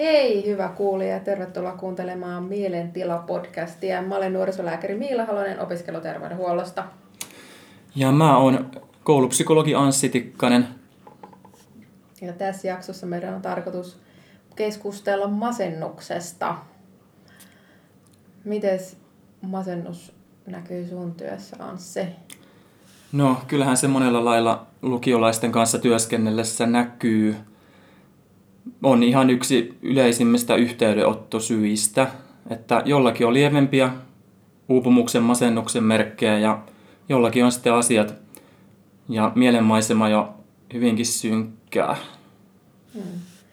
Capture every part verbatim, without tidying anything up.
Hei hyvä kuulija ja tervetuloa kuuntelemaan Mielentila-podcastia. Mä olen nuorisolääkäri Miila Halonen opiskeluterveydenhuollosta. Ja mä oon koulupsykologi Anssi Tikkanen. Ja tässä jaksossa meidän on tarkoitus keskustella masennuksesta. Mites masennus näkyy sun työssä, Anssi? No kyllähän se monella lailla lukiolaisten kanssa työskennellessä näkyy. On ihan yksi yleisimmistä yhteydenottosyistä, että jollakin on lievempiä uupumuksen, masennuksen merkkejä ja jollakin on sitten asiat ja mielenmaisema jo hyvinkin synkkää. Hmm.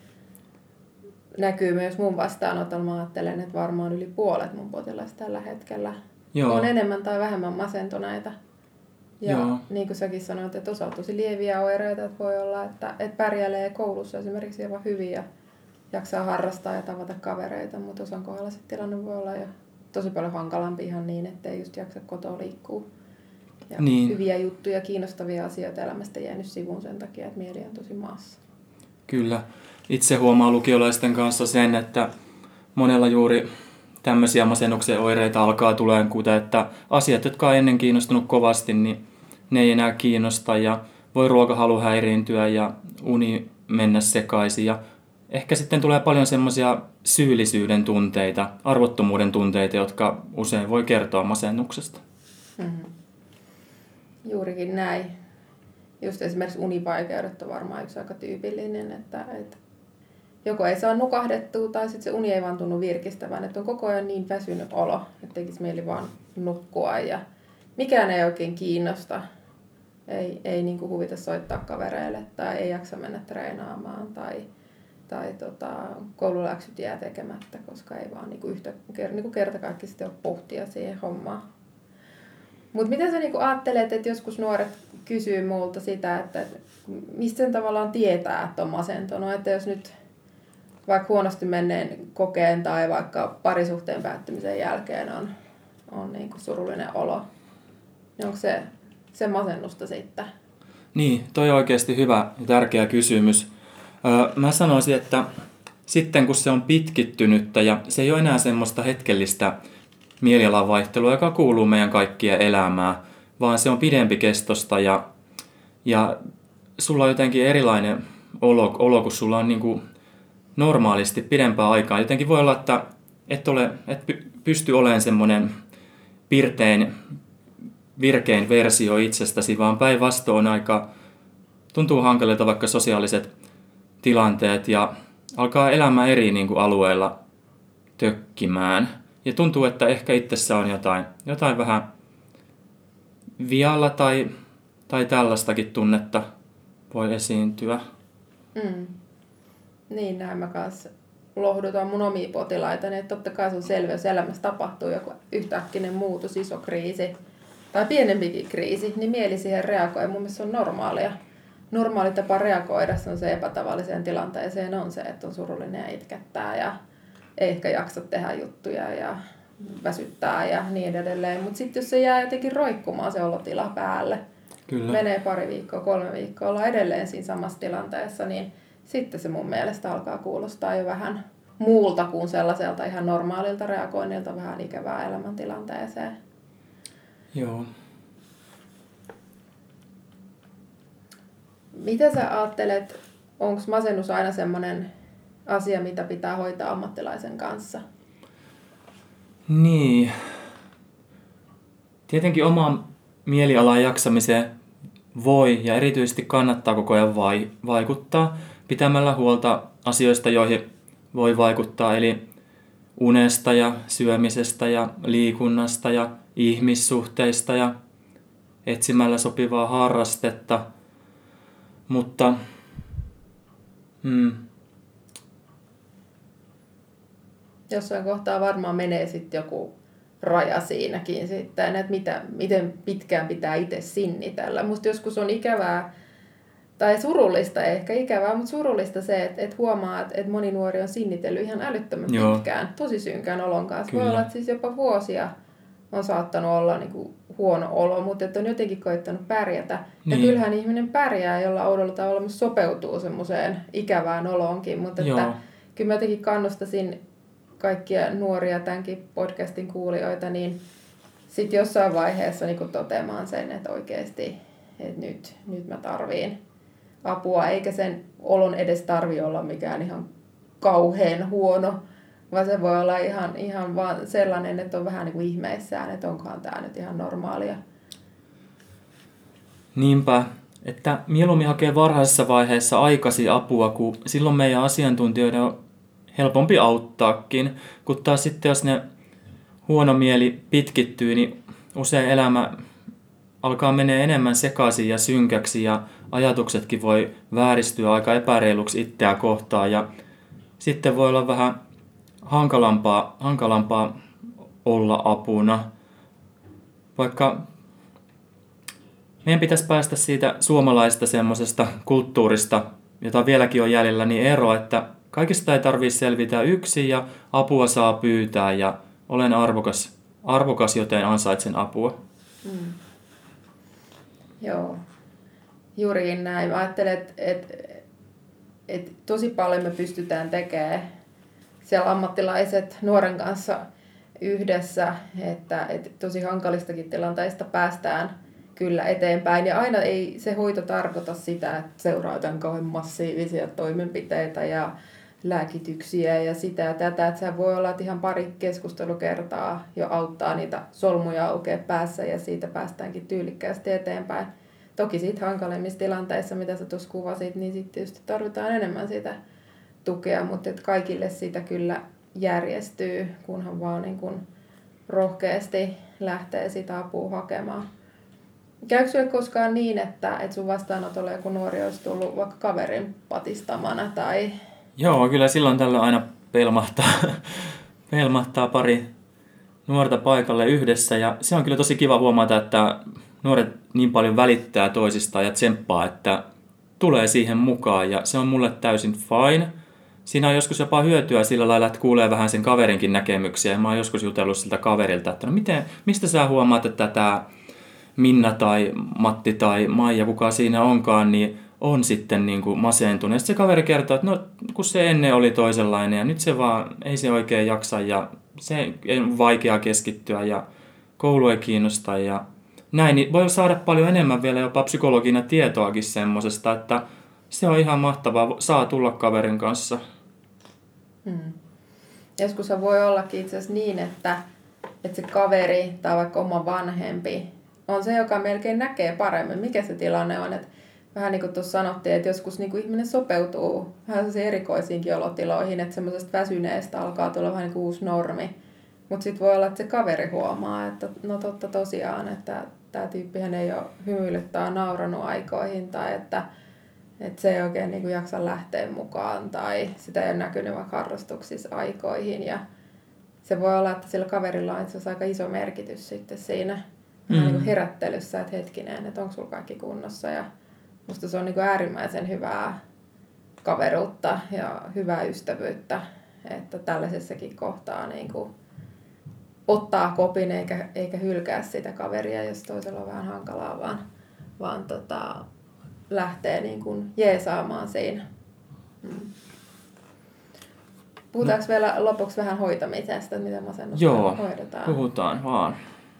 Näkyy myös mun vastaanotolla. Mä ajattelen, että varmaan yli puolet mun potilaista tällä hetkellä Joo. on enemmän tai vähemmän masentuneita. Ja Joo. niin kuin säkin sanoit, että osa on tosi lieviä oireita, että voi olla, että, että pärjäilee koulussa esimerkiksi aivan hyvin ja jaksaa harrastaa ja tavata kavereita, mutta osan kohdalla se tilanne voi olla jo tosi paljon hankalampi ihan niin, ettei just jaksa kotoa liikkuu. Ja niin. hyviä juttuja, kiinnostavia asioita elämästä jäänyt sivuun sen takia, että mieli on tosi maassa. Kyllä. Itse huomaa lukiolaisten kanssa sen, että monella juuri tämmöisiä masennuksen oireita alkaa tulemaan, kuten että asiat, jotka on ennen kiinnostunut kovasti, niin ne ei enää kiinnosta ja voi ruokahalu häiriintyä ja uni mennä sekaisin. Ja ehkä sitten tulee paljon semmoisia syyllisyyden tunteita, arvottomuuden tunteita, jotka usein voi kertoa masennuksesta. Mm-hmm. Juurikin näin. Just esimerkiksi univaikeudet on varmaan yksi aika tyypillinen, että, että joko ei saa nukahdettua tai sitten se uni ei vaan tunnu virkistävän, että on koko ajan niin väsynyt olo, että tekisi mieli vaan nukkua ja mikään ei oikein kiinnosta. Ei, ei niin kuin huvita soittaa kavereille tai ei jaksa mennä treenaamaan tai, tai tota, koululäksyt jää tekemättä, koska ei vaan niin kuin yhtä, niin kuin kertakaikkisesti ole pohtia siihen hommaan. Mutta mitä sä niinku ajattelet, että joskus nuoret kysyy multa sitä, että mistä sen tavallaan tietää, että on masentunut, että jos nyt vaikka huonosti menneen kokeen tai vaikka parisuhteen päättymisen jälkeen on, on niinku surullinen olo, niin onko se, se masennusta sitten? Niin, toi on oikeasti hyvä ja tärkeä kysymys. Öö, mä sanoisin, että sitten kun se on pitkittynyttä ja se ei ole enää semmoista hetkellistä mielialan vaihtelua, joka kuuluu meidän kaikkien elämään, vaan se on pidempikestosta ja, ja sulla on jotenkin erilainen olo, olo kun sulla on niin kuin normaalisti pidempää aikaa. Jotenkin voi olla, että et, ole, et pysty olemaan semmoinen pirtein, virkein versio itsestäsi, vaan päinvastoin on aika, tuntuu hankalilta vaikka sosiaaliset tilanteet ja alkaa elämä eri niin kuin alueilla tökkimään. Ja tuntuu, että ehkä itsessä on jotain, jotain vähän vialla tai, tai tällaistakin tunnetta voi esiintyä. Mm. Niin, näin mä kanssa lohdutan mun omia potilaita, että totta kai sun selvä, jos elämässä tapahtuu joku yhtäkkinen muutos, iso kriisi tai pienempikin kriisi, niin mieli siihen reagoi. Mun mielestä se on normaalia. Normaali tapa reagoida se on se epätavalliseen tilanteeseen on se, että on surullinen ja itkettää ja ei ehkä jaksa tehdä juttuja ja väsyttää ja niin edelleen. Mutta sitten jos se jää jotenkin roikkumaan se olotila päälle, Kyllä. menee pari viikkoa, kolme viikkoa, ollaan edelleen siinä samassa tilanteessa, niin sitten se mun mielestä alkaa kuulostaa jo vähän muulta kuin sellaiselta ihan normaalilta reagoinnilta vähän ikävää elämäntilanteeseen. Joo. Mitä sä ajattelet, onko masennus aina semmoinen asia, mitä pitää hoitaa ammattilaisen kanssa? Niin. Tietenkin omaan mielialan jaksamiseen voi ja erityisesti kannattaa koko ajan vai, vaikuttaa pitämällä huolta asioista, joihin voi vaikuttaa, eli unesta ja syömisestä ja liikunnasta ja ihmissuhteista ja etsimällä sopivaa harrastetta. Mutta hmm, jossain kohtaa varmaan menee sitten joku raja siinäkin sitten, että mitä, miten pitkään pitää itse sinnitellä. Musta joskus on ikävää, tai surullista ehkä ikävää, mutta surullista se, että, että huomaa, että, että moni nuori on sinnitellyt ihan älyttömän Joo. pitkään, tosi synkään olon kanssa. Kyllä. Voi olla, että siis jopa vuosia on saattanut olla niin kuin huono olo, mutta että on jotenkin koittanut pärjätä. Niin. Ja kyllähän ihminen pärjää, jolla oudolla tavalla sopeutuu semmoiseen ikävään oloonkin, mutta että kyllä mä jotenkin kannustaisin kaikkia nuoria tämänkin podcastin kuulijoita, niin sitten jossain vaiheessa niin kun toteamaan sen, että oikeasti, että nyt, nyt mä tarviin apua, eikä sen olon edes tarvi olla mikään ihan kauhean huono, vaan se voi olla ihan, ihan vaan sellainen, että on vähän niin kuin ihmeissään, että onkohan tämä nyt ihan normaalia. Niinpä, että mieluummin hakee varhaisessa vaiheessa aikaisin apua, kun silloin meidän asiantuntijoiden on helpompi auttaakin, kun taas sitten jos ne huono mieli pitkittyy, niin usein elämä alkaa menee enemmän sekaisin ja synkäksi ja ajatuksetkin voi vääristyä aika epäreiluksi itseä kohtaan ja sitten voi olla vähän hankalampaa, hankalampaa olla apuna, vaikka meidän pitäisi päästä siitä suomalaisesta semmoisesta kulttuurista, jota vieläkin on jäljellä, niin ero, että kaikista ei tarvitse selvitä yksin ja apua saa pyytää ja olen arvokas, arvokas joten ansaitsen apua. Mm. Joo, juurikin näin. Mä ajattelen, että et, et tosi paljon me pystytään tekemään siellä ammattilaiset nuoren kanssa yhdessä, että et tosi hankalistakin tilanteista päästään kyllä eteenpäin. Ja aina ei se hoito tarkoita sitä, että seurataan kauhean massiivisia toimenpiteitä ja lääkityksiä ja sitä ja tätä. Että se voi olla, että ihan pari keskustelukertaa jo auttaa niitä solmuja aukeaa päässä ja siitä päästäänkin tyylikkäästi eteenpäin. Toki siitä hankalemmissa tilanteissa, mitä sä tuossa kuvasit, niin sitten tietysti tarvitaan enemmän sitä tukea, mutta et kaikille sitä kyllä järjestyy, kunhan vaan niin kun rohkeasti lähtee sitä apua hakemaan. Käykö sinulle koskaan niin, että, että sun vastaanotolle joku nuori olisi tullut vaikka kaverin patistamana? Tai... Joo, kyllä silloin tällä aina pelmahtaa, pelmahtaa pari nuorta paikalle yhdessä. Ja se on kyllä tosi kiva huomata, että nuoret niin paljon välittää toisistaan ja tsemppaa, että tulee siihen mukaan. Ja se on mulle täysin fine. Siinä on joskus jopa hyötyä sillä lailla, että kuulee vähän sen kaverinkin näkemyksiä. Ja mä oon joskus jutellut siltä kaverilta, että no miten, mistä sä huomaat, että tämä Minna tai Matti tai Maija, kuka siinä onkaan, niin on sitten niin kuin masentunut. Ja sitten se kaveri kertoo, että no kun se ennen oli toisenlainen ja nyt se vaan ei se oikein jaksa ja se on vaikea keskittyä ja koulu ei kiinnosta ja näin. Niin voi saada paljon enemmän vielä jopa psykologina tietoakin semmosesta, että se on ihan mahtavaa, saa tulla kaverin kanssa. Hmm. Joskushan voi ollakin itse asiassa niin, että, että se kaveri tai vaikka oma vanhempi on se, joka melkein näkee paremmin, mikä se tilanne on. Että vähän niin kuin tuossa sanottiin, että joskus niin kuin ihminen sopeutuu vähän erikoisiinkin olotiloihin, että semmoisesta väsyneestä alkaa tulla vähän niin kuin uusi normi. Mutta sitten voi olla, että se kaveri huomaa, että no totta tosiaan, että tämä tyyppihän ei ole hymyillyt tai nauranut aikoihin tai että, että se ei oikein niin kuin jaksa lähteä mukaan tai sitä ei ole näkynyt vaikka harrastuksissa aikoihin. Ja se voi olla, että sillä kaverilla on itse asiassa aika iso merkitys sitten siinä mm. niin kuin herättelyssä, että hetkinen, että onko sulla kaikki kunnossa. Ja musta se on niin kuin äärimmäisen hyvää kaveruutta ja hyvää ystävyyttä, että tällaisessakin kohtaa niin kuin ottaa kopin eikä, eikä hylkää sitä kaveria, jos toisella on vähän hankalaa, vaan, vaan tota, lähtee niin kuin jeesaamaan siinä. Hmm. Puhutaanko no. vielä lopuksi vähän hoitamisesta, miten masennusta Joo, hoidetaan? puhutaan vaan.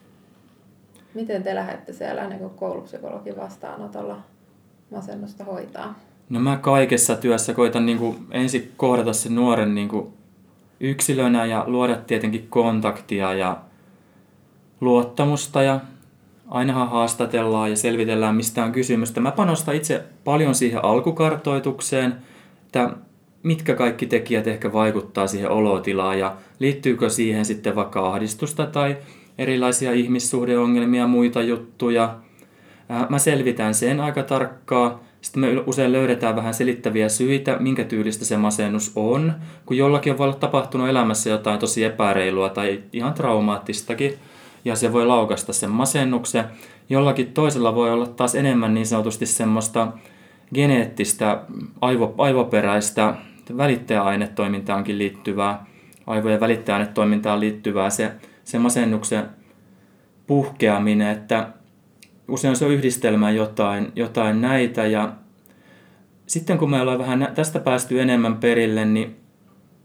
Miten te lähdette siellä niin kuin koulupsykologin vastaanotolla masennusta hoitaa? No mä kaikessa työssä koitan niin kuin ensin kohdata sen nuoren niin kuin yksilönä ja luoda tietenkin kontaktia ja luottamusta ja ainahan haastatellaan ja selvitellään mistä on kysymystä. Mä panostan itse paljon siihen alkukartoitukseen, että mitkä kaikki tekijät ehkä vaikuttaa siihen olotilaan ja liittyykö siihen sitten vaikka ahdistusta tai erilaisia ihmissuhdeongelmia ja muita juttuja. Mä selvitän sen aika tarkkaan. Sitten me usein löydetään vähän selittäviä syitä, minkä tyylistä se masennus on, kun jollakin voi olla tapahtunut elämässä jotain tosi epäreilua tai ihan traumaattistakin, ja se voi laukaista sen masennuksen. Jollakin toisella voi olla taas enemmän niin sanotusti semmoista geneettistä, aivo, aivoperäistä välittäjäainetoimintaankin liittyvää, aivojen välittäjäainetoimintaan liittyvää se, se masennuksen puhkeaminen, että usein se on yhdistelmä jotain, jotain näitä ja sitten kun me ollaan vähän tästä päästy enemmän perille, niin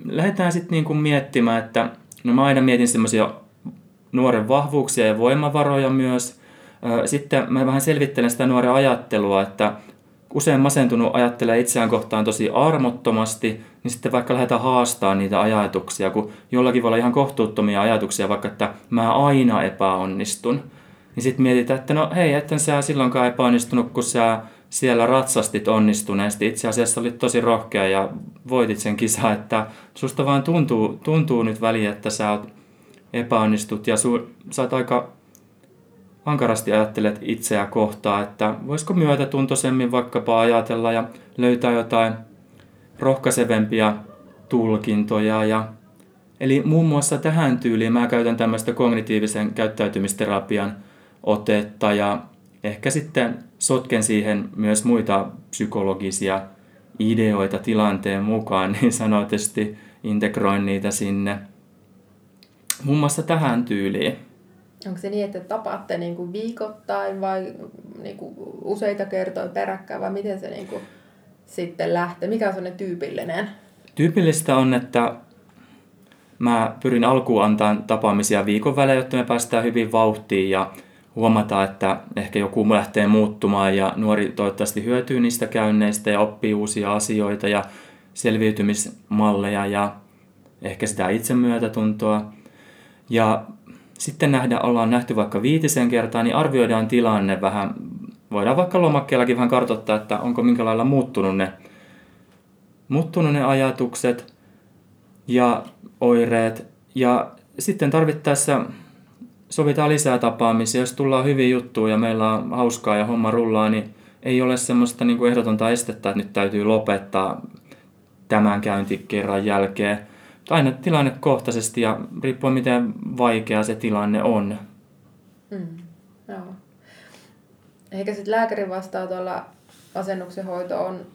lähdetään sitten niinku miettimään, että no mä aina mietin semmoisia nuoren vahvuuksia ja voimavaroja myös. Sitten mä vähän selvittelen sitä nuoren ajattelua, että usein masentunut ajattelee itseään kohtaan tosi armottomasti, niin sitten vaikka lähdetään haastamaan niitä ajatuksia, kun jollakin voi olla ihan kohtuuttomia ajatuksia, vaikka että mä aina epäonnistun. Niin sitten mietitään, että no hei, etten sä silloinkaan epäonnistunut, kun sä siellä ratsastit onnistuneesti. Itse asiassa olit tosi rohkea ja voitit sen kisan, että susta vaan tuntuu, tuntuu nyt väliin, että sä oot epäonnistut ja su, sä oot aika ankarasti ajattelet itseä kohtaan, että voisiko myötätuntoisemmin vaikkapa ajatella ja löytää jotain rohkaisevempia tulkintoja. Ja, eli muun muassa tähän tyyliin mä käytän tämmöistä kognitiivisen käyttäytymisterapian otetta ja ehkä sitten sotken siihen myös muita psykologisia ideoita tilanteen mukaan, niin sanotusti integroin niitä sinne. Muun muassa tähän tyyliin. Onko se niin, että tapaatte niinku viikoittain vai niinku useita kertoja peräkkäin vai miten se niinku sitten lähtee? Mikä on sellainen tyypillinen? Tyypillistä on, että mä pyrin alkuun antamaan tapaamisia viikon välein, jotta me päästään hyvin vauhtiin ja huomataan, että ehkä joku lähtee muuttumaan ja nuori toivottavasti hyötyy niistä käynneistä ja oppii uusia asioita ja selviytymismalleja ja ehkä sitä itsemyötätuntoa. Ja sitten nähdään, ollaan nähty vaikka viitisen kertaa, niin arvioidaan tilanne vähän. Voidaan vaikka lomakkeellakin vähän kartoittaa, että onko minkä lailla muuttunut ne, muuttunut ne ajatukset ja oireet. Ja sitten tarvittaessa sovitaan lisää tapaamisia. Jos tullaan hyvin juttuun ja meillä on hauskaa ja homma rullaa, niin ei ole semmoista niin kuin ehdotonta estettä, että nyt täytyy lopettaa tämän käyntikerran jälkeen. Aina tilannekohtaisesti ja riippuen miten vaikea se tilanne on. Mm, joo. Eikä sitten lääkärin vastaanotolla masennuksen hoito on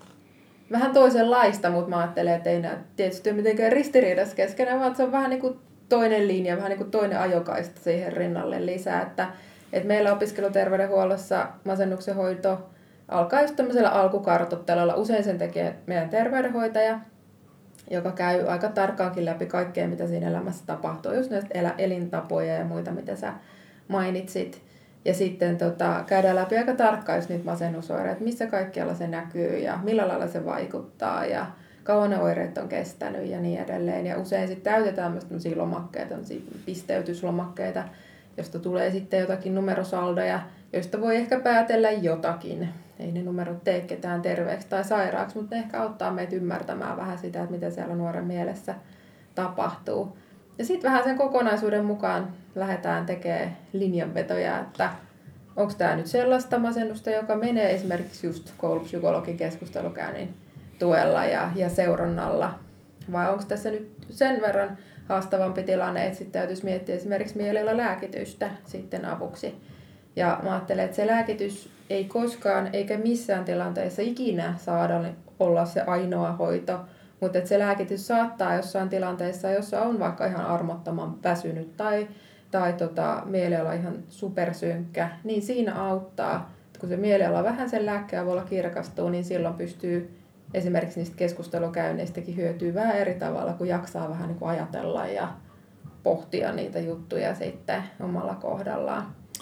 vähän toisenlaista, mutta mä ajattelen, että ei nämä tietysti ole mitenkään ristiriidassa keskenään, vaan se on vähän niin kuin toinen linja, vähän niin kuin toinen ajokaista siihen rinnalle lisää. Että, että meillä opiskeluterveydenhuollossa masennuksen hoito alkaa just tämmöisellä alkukartoittelulla. Usein sen tekee meidän terveydenhoitaja, joka käy aika tarkkaankin läpi kaikkea, mitä siinä elämässä tapahtuu, just näistä elintapoja ja muita, mitä sä mainitsit. Ja sitten tota, käydään läpi aika tarkkaan just niitä masennusoireita, missä kaikkialla se näkyy ja millä lailla se vaikuttaa ja kauan ne oireet on kestänyt ja niin edelleen. Ja usein sitten täytetään myös tämmöisiä lomakkeita, tämmöisiä pisteytyslomakkeita, josta tulee sitten jotakin numerosaldoja, joista voi ehkä päätellä jotakin. Ei ne numerot tee ketään terveeksi tai sairaaksi, mutta ne ehkä auttaa meitä ymmärtämään vähän sitä, että mitä siellä nuoren mielessä tapahtuu. Ja sitten vähän sen kokonaisuuden mukaan lähdetään tekemään linjanvetoja, että onko tämä nyt sellaista masennusta, joka menee esimerkiksi just koulupsykologin keskustelukäynnin tuella ja, ja seurannalla, vai onko tässä nyt sen verran haastavampi tilanne, että sitten täytyisi miettiä esimerkiksi mielellä lääkitystä sitten avuksi. Ja mä ajattelen, että se lääkitys ei koskaan eikä missään tilanteessa ikinä saada olla se ainoa hoito, mutta että se lääkitys saattaa jossain tilanteessa, jossa on vaikka ihan armottoman väsynyt tai, tai tota, mieliala ihan supersynkkä, niin siinä auttaa. Kun se mieliala vähän sen lääkkeen avulla kirkastuu, niin silloin pystyy esimerkiksi niistä keskustelukäynneistäkin hyötyy vähän eri tavalla, kun jaksaa vähän niin kuin ajatella ja pohtia niitä juttuja sitten omalla kohdallaan.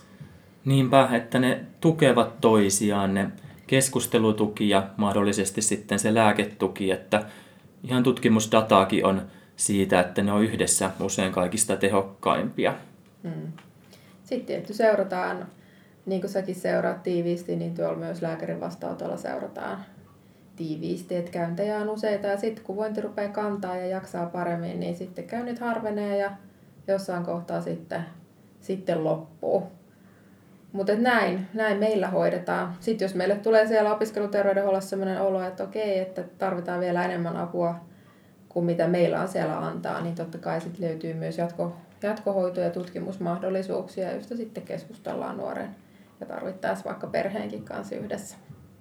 Niinpä, että ne tukevat toisiaan, ne keskustelutuki ja mahdollisesti sitten se lääketuki, että ihan tutkimusdataakin on siitä, että ne on yhdessä usein kaikista tehokkaimpia. Hmm. Sitten tietysti seurataan, niin kuin säkin seuraat tiiviisti, niin tuolla myös lääkärin vastaanotolla seurataan tiiviisti, että käyntejä on useita ja sitten kun vointi rupeaa kantaa ja jaksaa paremmin, niin sitten käynnit harvenee ja jossain kohtaa sitten, sitten loppuu. Mutta näin, näin meillä hoidetaan. Sitten jos meille tulee siellä opiskeluterveydenhuollossa sellainen olo, että okei, että tarvitaan vielä enemmän apua kuin mitä meillä on siellä antaa, niin totta kai sitten löytyy myös jatko, jatkohoito- ja tutkimusmahdollisuuksia, joista sitten keskustellaan nuoren ja tarvittaisiin vaikka perheenkin kanssa yhdessä.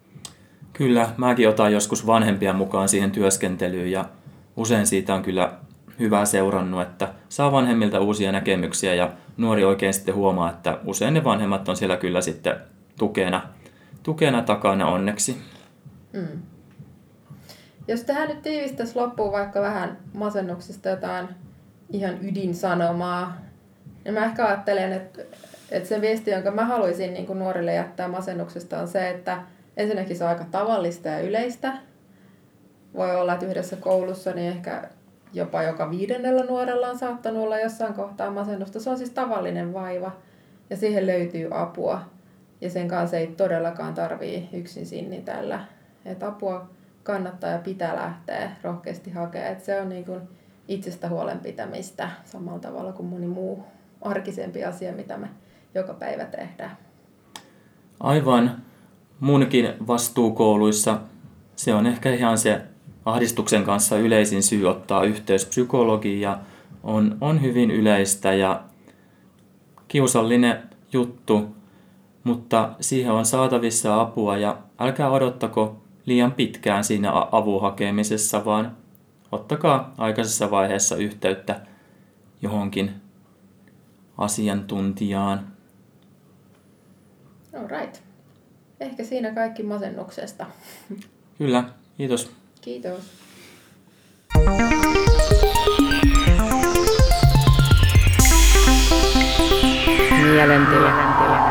Kyllä, mäkin otan joskus vanhempia mukaan siihen työskentelyyn ja usein siitä on kyllä hyvää seurannut, että saa vanhemmilta uusia näkemyksiä ja nuori oikein sitten huomaa, että usein ne vanhemmat on siellä kyllä sitten tukena, tukena takana onneksi. Mm. Jos tähän nyt tiivistäisi loppuun vaikka vähän masennuksesta jotain ihan ydinsanomaa, niin mä ehkä ajattelen, että, että se viesti, jonka mä haluaisin niin kuin nuorille jättää masennuksesta, on se, että ensinnäkin se on aika tavallista ja yleistä. Voi olla, että yhdessä koulussa niin ehkä jopa joka viidennellä nuorella on saattanut olla jossain kohtaa masennusta. Se on siis tavallinen vaiva ja siihen löytyy apua. Ja sen kanssa ei todellakaan tarvii yksin sinnitellä. Että apua kannattaa ja pitää lähteä rohkeasti hakemaan. Että se on niin kuin itsestä huolen pitämistä samalla tavalla kuin moni muu arkisempi asia, mitä me joka päivä tehdään. Aivan. Munkin vastuukouluissa se on ehkä ihan se ahdistuksen kanssa yleisin syy ottaa yhteys psykologiin ja on, on hyvin yleistä ja kiusallinen juttu, mutta siihen on saatavissa apua ja älkää odottako liian pitkään siinä avun hakemisessa, vaan ottakaa aikaisessa vaiheessa yhteyttä johonkin asiantuntijaan. All right. Ehkä siinä kaikki masennuksesta. Kyllä, kiitos. Kiitos. Mielentila.